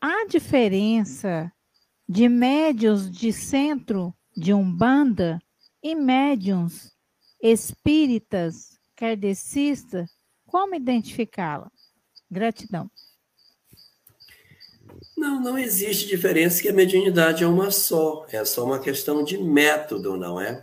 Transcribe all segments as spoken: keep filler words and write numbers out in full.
há diferença de médiuns de centro de Umbanda e médiuns espíritas, kardecistas? Como identificá-la? Gratidão. Não, não existe diferença, que a mediunidade é uma só. É só uma questão de método, não é?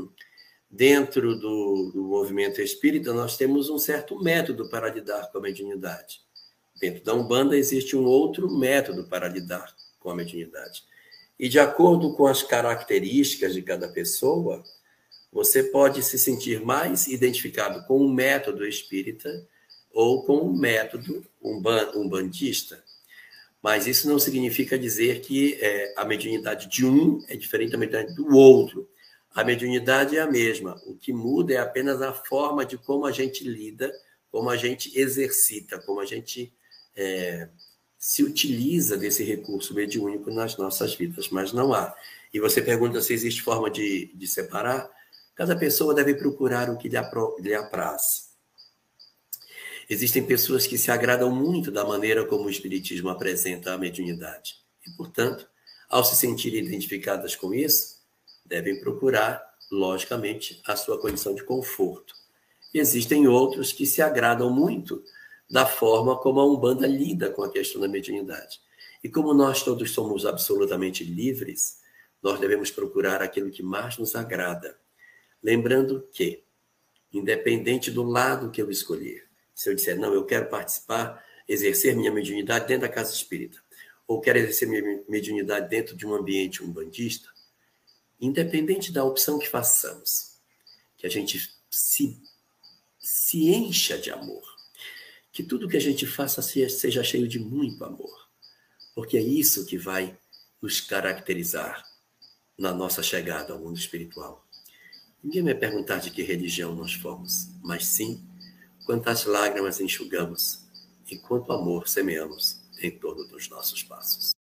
Dentro do, do movimento espírita, nós temos um certo método para lidar com a mediunidade. Dentro da Umbanda, existe um outro método para lidar com a mediunidade. E de acordo com as características de cada pessoa, você pode se sentir mais identificado com o método espírita ou com o método umbandista. Mas isso não significa dizer que é, a mediunidade de um é diferente da mediunidade do outro. A mediunidade é a mesma. O que muda é apenas a forma de como a gente lida, como a gente exercita, como a gente é, se utiliza desse recurso mediúnico nas nossas vidas. Mas não há. E você pergunta se existe forma de, de separar? Cada pessoa deve procurar o que lhe, apro- lhe apraz. Existem pessoas que se agradam muito da maneira como o Espiritismo apresenta a mediunidade. E, portanto, ao se sentirem identificadas com isso, devem procurar, logicamente, a sua condição de conforto. E existem outros que se agradam muito da forma como a Umbanda lida com a questão da mediunidade. E como nós todos somos absolutamente livres, nós devemos procurar aquilo que mais nos agrada. Lembrando que, independente do lado que eu escolher, se eu disser, não, eu quero participar, exercer minha mediunidade dentro da casa espírita, ou quero exercer minha mediunidade dentro de um ambiente umbandista, independente da opção que façamos, que a gente se, se encha de amor, que tudo que a gente faça seja cheio de muito amor, porque é isso que vai nos caracterizar na nossa chegada ao mundo espiritual. Ninguém vai perguntar de que religião nós fomos, mas sim quantas lágrimas enxugamos e quanto amor semeamos em torno dos nossos passos.